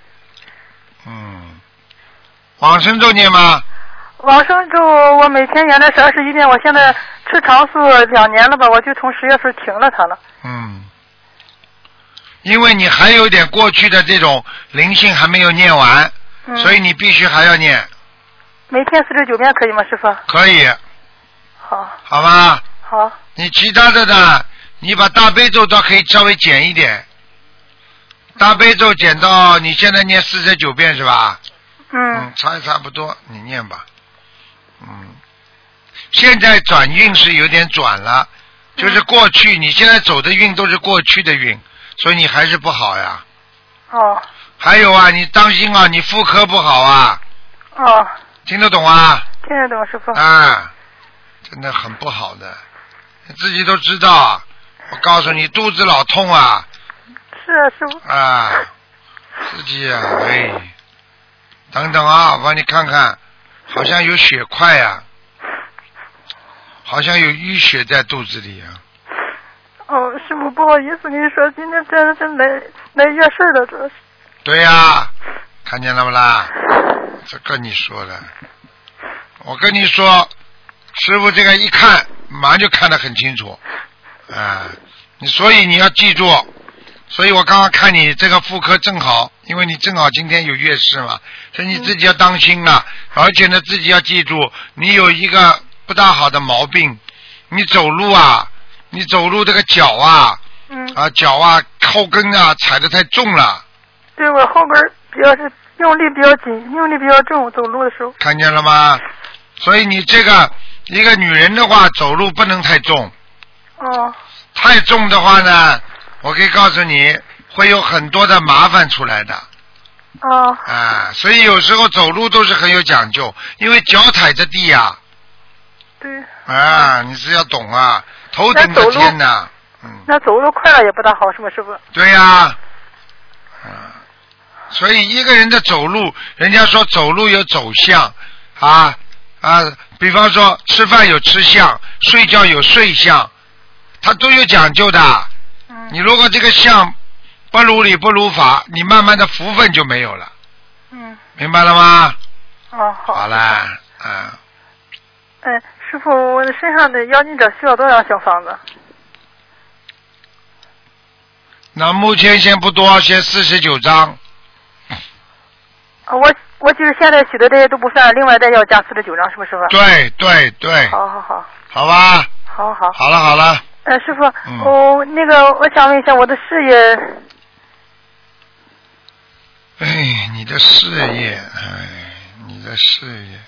嗯。往生咒念吗？ 往生咒我每天念的是二十一遍，我现在吃长素两年了吧，我就从十月份停了它了。 嗯。 因为你还有点过去的这种灵性还没有念完， 嗯、 所以你必须还要念。 每天四十九遍可以吗，师傅？ 可以。 好。 好吧。 好。 你其他的呢？你把大悲咒倒可以稍微减一点。大悲咒减到你现在念四十九遍是吧？ 嗯。 嗯，差差不多，你念吧。嗯。现在转运是有点转了，就是过去你现在走的运都是过去的运，所以你还是不好呀。 哦。 还有啊，你当心啊，你妇科不好啊。 哦。 听得懂啊？ 听得懂，师傅。 啊，真的很不好的，你自己都知道。我告诉你，肚子老痛啊。 是啊，师傅。 啊，自己啊，哎，等等啊，我帮你看看，好像有血块呀、啊，好像有淤血在肚子里啊。 哦，师傅，不好意思，跟你说，今天真的是来来月事了，主要是。 对呀、啊，看见了不啦？这跟你说的，我跟你说，师傅这个一看，马上就看得很清楚，啊，你所以你要记住，所以我刚刚看你这个妇科正好，因为你正好今天有月事嘛，所以你自己要当心了，嗯、而且呢自己要记住，你有一个不大好的毛病，你走路啊，你走路这个脚啊， 嗯， 啊脚啊后跟啊踩得太重了。 对，我后跟比较是用力比较紧，用力比较重，走路的时候。 看见了吗？所以你这个一个女人的话，走路不能太重。 哦。 太重的话呢，我可以告诉你，会有很多的麻烦出来的。 哦。 啊，所以有时候走路都是很有讲究，因为脚踩着地呀、啊。 对。 啊，你是要懂啊，头顶着天呐。嗯。 那走路快了也不大好，是吗，师傅？ 对呀、啊。啊。所以一个人的走路，人家说走路有走向啊啊，比方说吃饭有吃相，睡觉有睡相，它都有讲究的。 嗯。 你如果这个相不如理不如法，你慢慢的福分就没有了。 嗯。 明白了吗？ 哦，好。 好啦，啊。 哎，师傅，我身上的妖精者需要多少小房子？ 那目前先不多，先四十九张。 我我就是现在许的这些都不算，另外再要加四十九张，是不是师傅？ 对对对。 好好好。 好吧。 好好。 好了好了。 呃，师傅， 嗯、 我那个我想问一下我的事业。 哎，你的事业，哎，你的事业，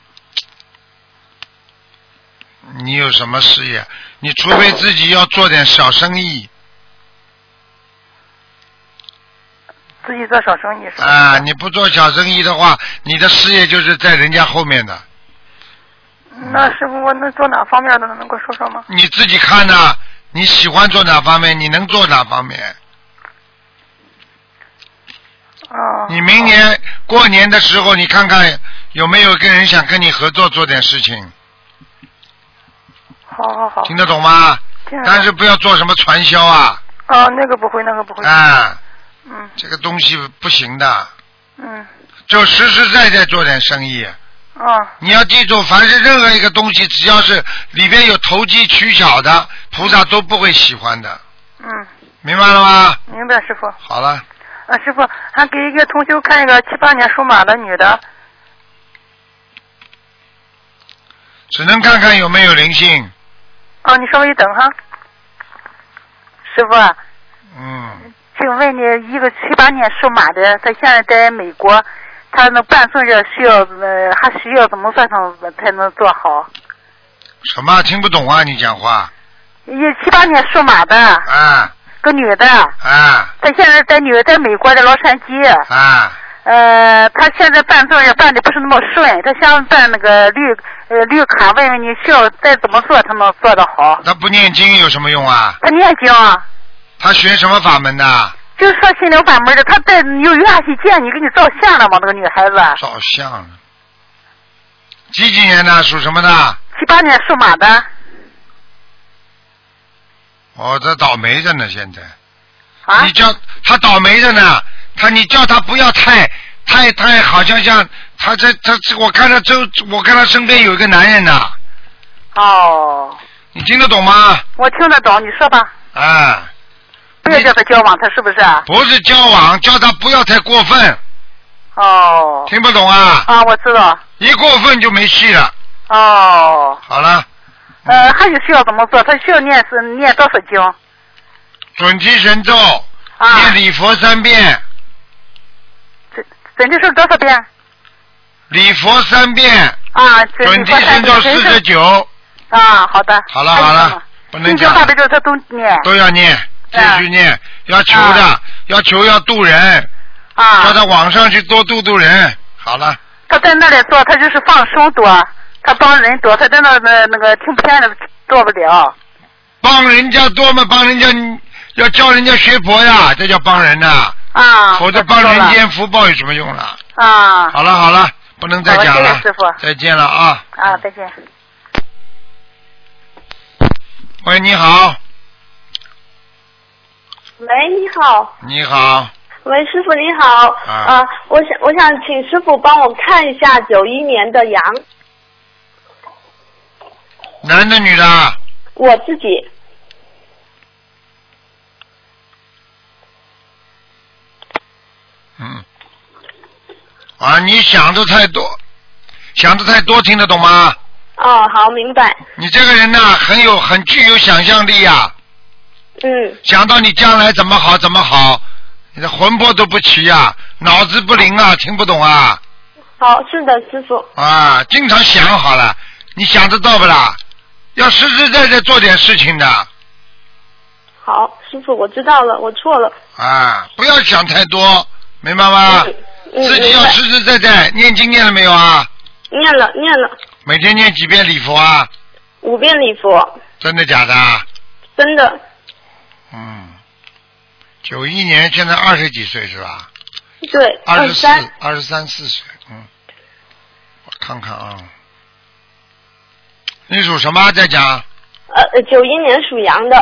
你有什么事业？你除非自己要做点小生意。 自己做小生意是吧？ 啊，你不做小生意的话，你的事业就是在人家后面的。 那师傅，我能做哪方面的？能给我说说吗？ 你自己看呐、啊，你喜欢做哪方面，你能做哪方面？ 哦。 你明年过年的时候，你看看有没有跟人想跟你合作做点事情。 好好好。 听得懂吗？ 听得懂。 但是不要做什么传销啊。 哦，那个不会，那个不会。 啊。 嗯。 这个东西不行的。 嗯。 就实实在在做点生意。 啊。 你要记住，凡是任何一个东西，只要是里边有投机取巧的，菩萨都不会喜欢的。 嗯。 明白了吗？ 明白，师傅。 好了。 啊，师傅，还给一个同学看一个七八年属马的女的。 只能看看有没有灵性。 哦，你稍微等哈。师傅。 嗯。 请问你，一个七八年属马的，他现在在美国，他那伴送日需要呃，还需要怎么算上才能做好？ 什么？听不懂啊？你讲话。 一七八年属马的。 啊。 个女的。 啊。 她现在在女在美国在洛杉矶。 啊。 呃，她现在办送日办的不是那么顺，她想办那个绿呃绿卡，问问你需要再怎么做才能做得好？ 她不念经有什么用啊？ 她念经。 她学什么法门的？ 就是说心灵法门的，她在有缘去见你，给你照相了吗？那个女孩子。 照相了。几几年的？属什么的？ 七八年属马的。 哦，这倒霉着呢，现在。 啊。 你叫他倒霉着呢，他你叫他不要太太太，好像像他这他我看他周我看他身边有一个男人呢。 哦。 你听得懂吗？ 我听得懂，你说吧。 啊。 不要叫他交往，他是不是啊？ 不是交往，叫他不要太过分。 哦。 听不懂啊？ 啊，我知道。 一过分就没戏了。 哦。 好了。 呃，还有需要怎么做？他需要念是念多少经？ 准提神咒， 啊、 念礼佛三遍。 准准提是多少遍？ 礼佛三遍。 啊， 准提神咒四十九。 啊，好的。 好了好了，不能讲。 大悲咒他都念。 都要念，继续念，啊、要求的，啊、要求要渡人。 啊。 叫他网上去多渡渡人。好了。 他在那里做，他就是放生多，他帮人多，他在那那那个听偏的做不了。 帮人家多嘛，帮人家要教人家学佛呀，这叫帮人呐。 啊。 否则帮人间福报有什么用了？ 啊。 好了好了，不能再讲了。 谢谢师傅。 再见了啊。 啊，再见。 喂，你好。 喂，你好。 你好。 喂，师傅你好。啊。呃、我想我想请师傅帮我看一下九一年的羊。 男的女的？ 我自己。 嗯。啊，你想的太多，想的太多，听得懂吗？ 哦，好，明白。 你这个人呢，很有很具有想象力呀、啊。 嗯。 想到你将来怎么好怎么好，你的魂魄都不齐呀、啊，脑子不灵啊，听不懂啊。 好，是的，师傅。 啊，经常想好了，你想得到不啦？要实实在在做点事情的。 好，师傅，我知道了，我错了。 啊，不要想太多，明白吗？ 嗯嗯、 自己要实实在在。念经念了没有啊？ 念了，念了。 每天念几遍礼佛啊？ 五遍礼佛。 真的假的？ 真的。 嗯，九一年现在二十几岁是吧？ 对， 二十四，二十三四岁，嗯，我看看啊，你属什么？再讲。 呃，九一年属羊的。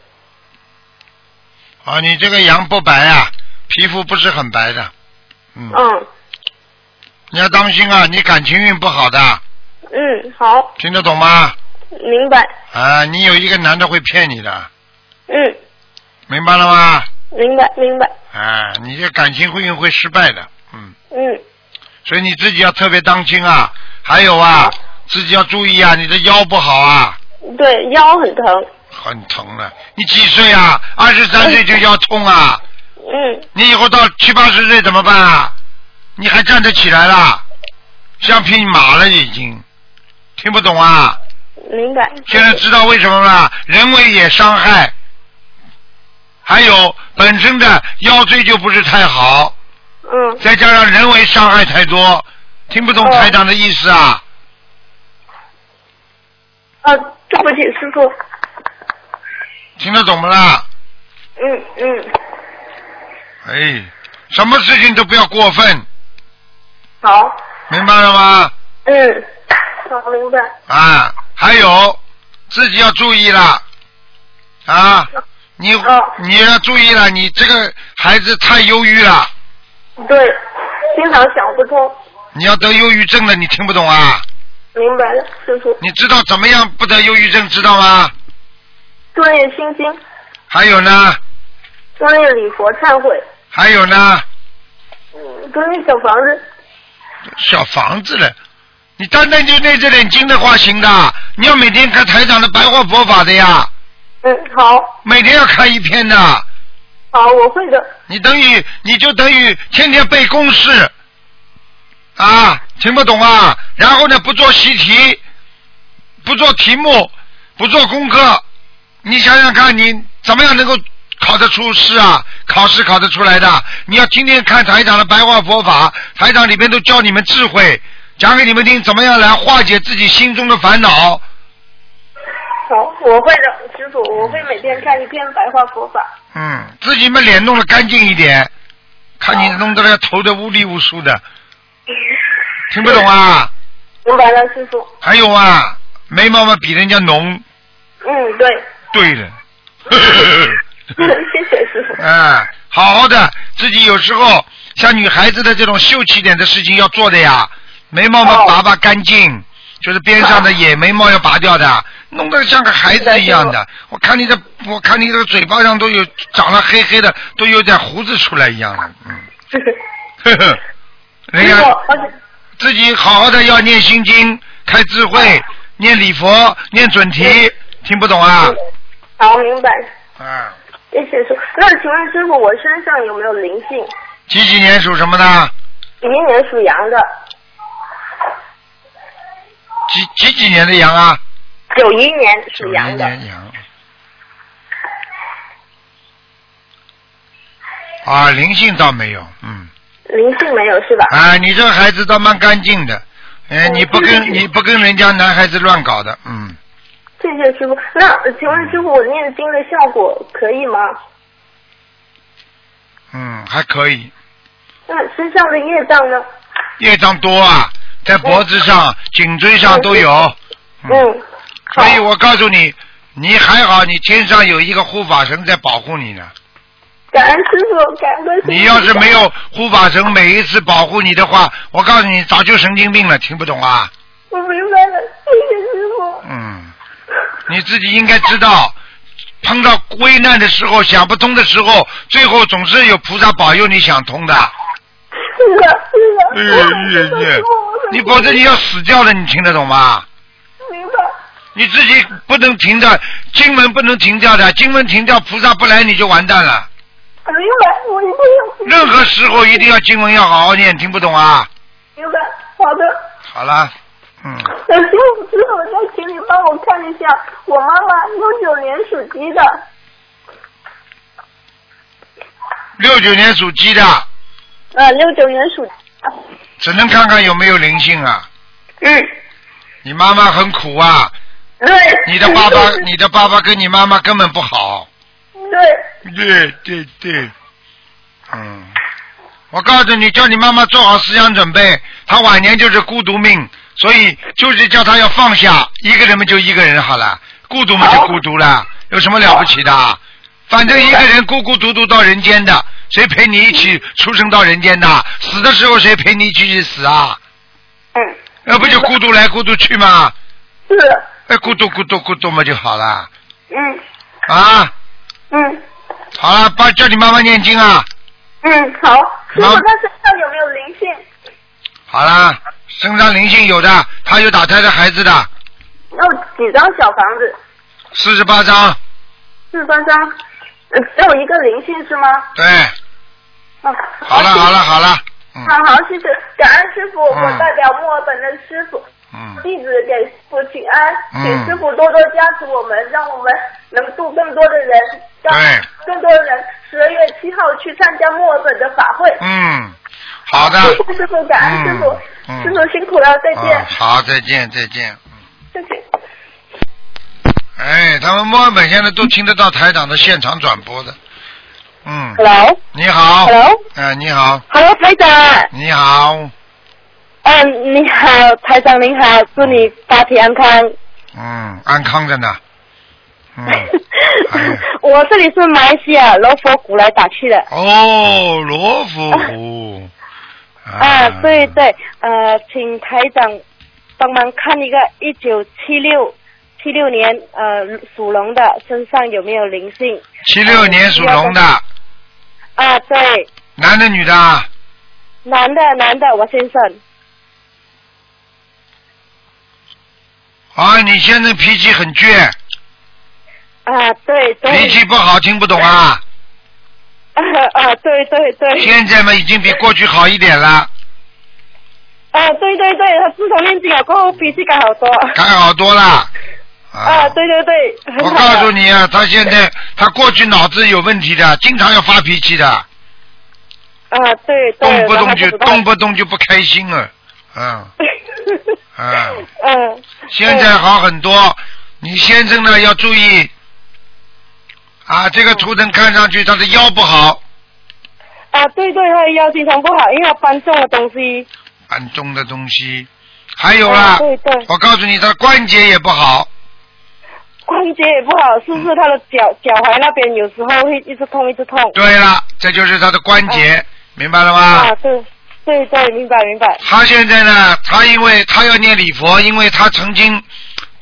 啊，你这个羊不白啊，皮肤不是很白的，嗯。 嗯。 你要当心啊，你感情运不好的。 嗯，好。 听得懂吗？ 明白。 啊，你有一个男的会骗你的。 嗯。 明白了吗？ 明白，明白。 啊，你这感情会会失败的，嗯。 嗯。 所以你自己要特别当心啊，还有啊，自己要注意啊，你的腰不好啊。 对，腰很疼。 很疼了，你几岁啊？二十三岁就腰痛啊？ 嗯。 你以后到七八十岁怎么办啊？你还站得起来啦？像匹马了已经，听不懂啊？ 明白。 现在知道为什么了？人为也伤害，还有本身的腰椎就不是太好， 嗯， 再加上人为伤害太多，听不懂台长的意思啊？ 啊，对不起，师傅。 听得懂不啦？ 嗯嗯。 哎，什么事情都不要过分。 好。 明白了吗？ 嗯，好，明白。 啊，还有自己要注意了啊！你、哦、你要注意了，你这个孩子太忧郁了。 对，经常想不通。 你要得忧郁症了，你听不懂啊？ 明白了，师傅。 你知道怎么样不得忧郁症，知道吗？ 多念心经。 还有呢？ 多念礼佛忏悔。 还有呢？ 嗯，多念小房子。 小房子了，你单单就念这点经的话行的，你要每天看台长的白话佛法的呀。 嗯，好。 每天要看一篇的。 好，我会的。 你等于你就等于天天背公式啊，听不懂啊？然后呢，不做习题，不做题目，不做功课，你想想看，你怎么样能够考得出试啊？考试考得出来的？你要天天看台长的白话佛法，台长里面都教你们智慧，讲给你们听，怎么样来化解自己心中的烦恼。 好，我会的，师傅，我会每天看一篇白话佛法。 嗯，自己们脸弄得干净一点，看你弄得那头的乌里乌苏的，听不懂啊？ 明白了，师傅。 还有啊，眉毛嘛比人家浓。 嗯，对。 对了。 谢谢师傅。 啊，好好的，自己有时候像女孩子的这种秀气点的事情要做的呀，眉毛嘛拔拔干净，就是边上的野眉毛要拔掉的。 弄得像个孩子一样的。我看你的，我看你的嘴巴上都有长了黑黑的，都有点胡子出来一样的。嗯。呵呵。人家自己好好的要念心经，开智慧，念礼佛，念准提，听不懂啊？ 好，明白。 啊。 谢谢师傅。那请问师傅，我身上有没有灵性？ 几几年属什么的？ 几一年属羊的。 几几几年的羊啊？ 九一年属羊的。 九一年羊。啊，灵性倒没有，嗯。 灵性没有是吧？ 啊，你这孩子倒蛮干净的，哎，你不跟你不跟人家男孩子乱搞的，嗯。 谢谢师傅。那请问师傅，我念经的效果可以吗？ 嗯，还可以。 那身上的业障呢？ 业障多啊，在脖子上、嗯、颈椎上都有。嗯。嗯所以我告诉你，你还好，你天上有一个护法神在保护你呢。 感恩师傅，感恩师傅。 你要是没有护法神每一次保护你的话，我告诉你，早就神经病了，听不懂啊？ 我明白了，谢谢师傅。 嗯。你自己应该知道，碰到危难的时候、想不通的时候，最后总是有菩萨保佑你想通的。 是的，是的。 嗯嗯嗯。你否则你要死掉了，你听得懂吗？ 明白。 你自己不能停的，经文不能停掉的，经文停掉，菩萨不来你就完蛋了。 明白，我一定要。任何时候一定要经文要好好念，听不懂啊？ 明白，好的。 好了。嗯， 那师傅，师傅，再请你帮我看一下，我妈妈六九年属鸡的。 六九年属鸡的。 呃，六九年属。 只能看看有没有灵性啊。 嗯。 你妈妈很苦啊。 对。 你的爸爸，你的爸爸跟你妈妈根本不好。 对。 对对对。嗯。我告诉你，叫你妈妈做好思想准备，她晚年就是孤独命。所以就是叫他要放下，一个人嘛就一个人好了，孤独嘛就孤独了，有什么了不起的？反正一个人孤孤独独到人间的，谁陪你一起出生到人间的？死的时候谁陪你一起去死啊？ 嗯。 那不就孤独来孤独去吗？ 是。 哎，孤独孤独孤独嘛就好了。 嗯。 啊。 嗯。 好了，帮叫你妈妈念经啊。 嗯，好。师傅，他身上有没有灵性？ 好啦。身上灵性有的，他有打胎的孩子的。 有几张小房子？ 四十八张。 四十八张，呃，只有一个灵性是吗？ 对。 哦， 好了好了好了。 嗯。好好，谢谢，感恩师傅，嗯、我代表墨尔本的师傅， 嗯， 弟子给师傅请安， 嗯、 请师傅多多加持我们，让我们能度更多的人，让更多的人十二月七号去参加墨尔本的法会。 嗯。好的， 谢谢师傅，感恩师傅， 嗯嗯、 师傅辛苦了，再见。 哦、好，再见，再见。 再见。 哎，他们墨尔本现在都听得到台长的现场转播的。嗯。 Hello。 你好。 Hello。 嗯、呃，你好。 Hello， 台长。 你好。 嗯，你好，台长您好，祝你法体安康。 嗯，安康着呢。嗯。哎、 我这里是马来西亚罗佛谷来打去的。 哦，罗佛谷。 啊，对对，呃，请台长帮忙看一个一九七六七六年呃属龙的身上有没有灵性？ 七六年属龙的。 啊，对。 男的女的？ 男的，男的，我先生。 啊，你现在脾气很倔。 啊，对对。 脾气不好，听不懂啊。 啊啊，对对对。 现在嘛，已经比过去好一点了。 啊，对对对，他自从念经了过后，脾气改好多。 改好多了。啊, 啊，对对对。 我告诉你啊，他现在他过去脑子有问题的，经常要发脾气的。 啊，对对。 动不动就动不动就不开心了，嗯。嗯。 嗯。 现在好很多，你先生呢要注意。啊，这个图腾看上去他的腰不好。 啊，对对，他的腰经常不好，因为他搬重的东西。 搬重的东西，还有啦， 啊、对对， 我告诉你，他的关节也不好。 关节也不好，是不是他的脚脚踝那边有时候会一直痛一直痛？ 对了，这就是他的关节，啊、明白了吗？ 啊，对对对，明白明白。 他现在呢，他因为他要念礼佛，因为他曾经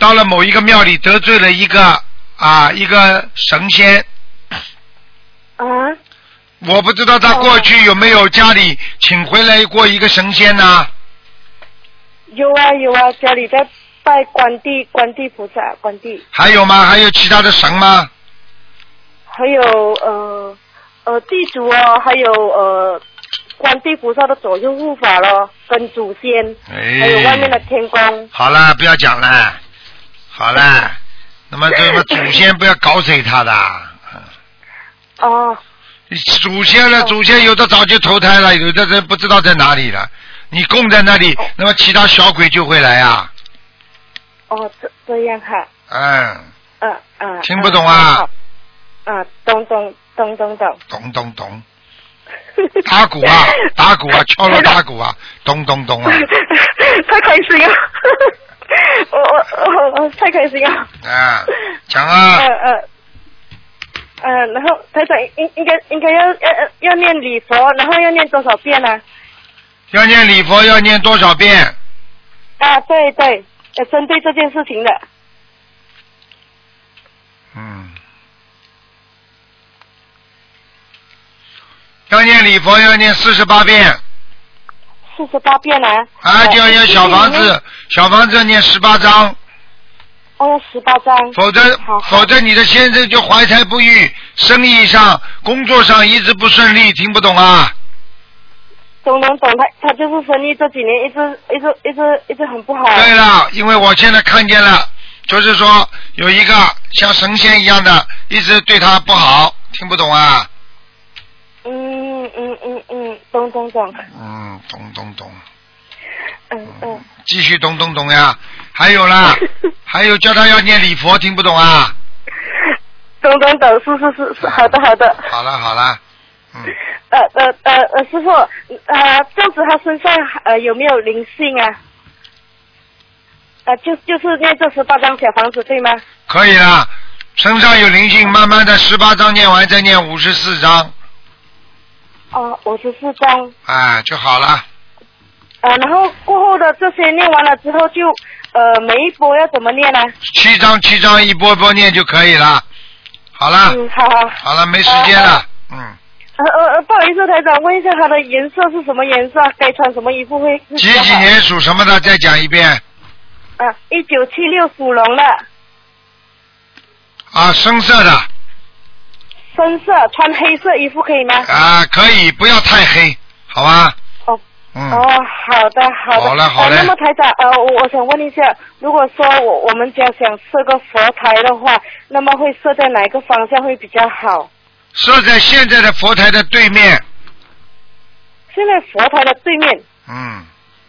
到了某一个庙里得罪了一个啊一个神仙。 啊？ 我不知道他过去有没有家里请回来过一个神仙呢？ 有啊有啊，家里在拜关帝，关帝菩萨，关帝。 还有吗？还有其他的神吗？ 还有呃呃地主哦，还有呃关帝菩萨的左右护法咯，跟祖先， 哎、 还有外面的天宫。 好了，不要讲了，好了，那么这个祖先不要搞死他的。 哦。 祖先呢？祖先有的早就投胎了，有的人不知道在哪里了。你供在那里，那么其他小鬼就会来啊。 哦，这这样哈。 嗯。 嗯嗯。 听不懂啊？ 啊，懂懂懂懂懂。 懂懂懂。打鼓啊，打鼓啊，敲锣打鼓啊，咚咚咚啊。 太开心了！我我我我太开心了。 啊，讲啊。 嗯嗯。呃，然后台长应应该应该要要要念礼佛，然后要念多少遍呢、啊？ 要念礼佛要念多少遍？ 啊，对对，呃，针对这件事情的。 嗯。要念礼佛要念四十八遍。 四十八遍啊。 啊，就要念小房子，小房子念十八章。 哦，十八章。 否则，否则你的先生就怀才不遇，生意上、工作上一直不顺利，听不懂啊？ 懂懂懂，他他就是生意这几年一直一直一直一直很不好。 对了，因为我现在看见了，就是说有一个像神仙一样的，一直对他不好，听不懂啊？ 嗯嗯嗯嗯，懂懂懂。 嗯，懂懂懂。 嗯嗯。 继续懂懂懂呀！还有啦，还有叫他要念礼佛，听不懂啊？ 懂懂懂，是是是是，好的好的。 好了好了，嗯。 呃呃呃呃，师傅，呃，这样子他身上呃有没有灵性啊？呃，就就是念这十八张小房子对吗？ 可以啦，身上有灵性，慢慢的十八章念完，再念五十四章。 哦，五十四章。 哎，就好了。 呃，然后过后的这些念完了之后就，呃，每一波要怎么念呢？ 七章七章一波波念就可以了。好了。 嗯，好好。 好了，没时间了。呃、嗯。 呃呃，不好意思，台长，问一下他的颜色是什么颜色？该穿什么衣服会？ 几几年属什么的？再讲一遍。 啊，一九七六属龙的。 啊，深色的。 深色，穿黑色衣服可以吗？ 啊，可以，不要太黑，好吧？ 哦。 嗯。 哦，好的，好的。 好了，好了、 呃。那么台长，呃，我我想问一下，如果说我我们家想设个佛台的话，那么会设在哪个方向会比较好？ 设在现在的佛台的对面。 现在佛台的对面。 嗯。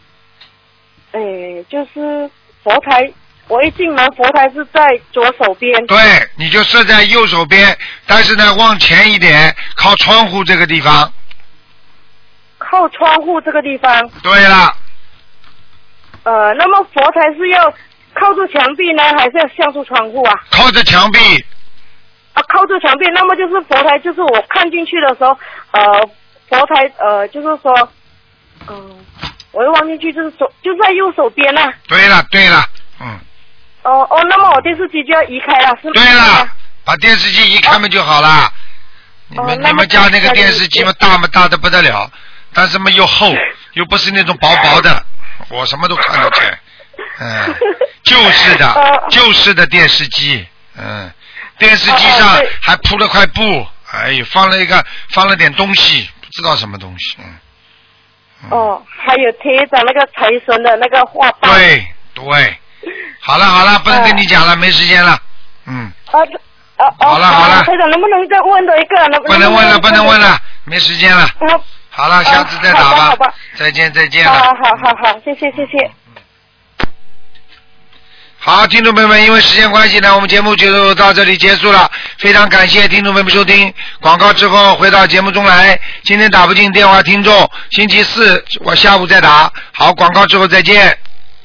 诶，就是佛台，我一进门佛台是在左手边。 对，你就设在右手边，但是呢，往前一点，靠窗户这个地方。 靠窗户这个地方。 对了。 呃，那么佛台是要靠住墙壁呢，还是要向住窗户啊？ 靠着墙壁。 啊，靠住墙壁，那么就是佛台，就是我看进去的时候，呃，佛台呃，就是说，嗯、呃，我又望进去，就是手就在右手边啊。 对了，对了，嗯。 哦哦，那么我电视机就要移开了，是不是？ 对了，把电视机移开嘛就好了。哦、你们、哦、你们家那个电视机嘛大嘛大的不得了，但是嘛又厚，又不是那种薄薄的，我什么都看得见。嗯，就是的， 呃、 就是的电视机，嗯。电视机上还铺了块布，哎呦，放了一个放了点东西，不知道什么东西。嗯。 嗯哦，还有贴着那个财神的那个画板。 对对，好了好了，不能跟你讲了，呃、没时间了。嗯。 啊啊啊！ 好了好了， 台长能不能再问多一个？能不能问了，不能问了，没时间了。 啊、 好了，下次再打吧。 好吧好吧。 再见再见了。 好好好好，谢谢谢谢。 好，听众朋友们，因为时间关系呢，我们节目就到这里结束了。非常感谢听众朋友们收听广告之后回到节目中来。今天打不进电话，听众星期四我下午再打。好，广告之后再见。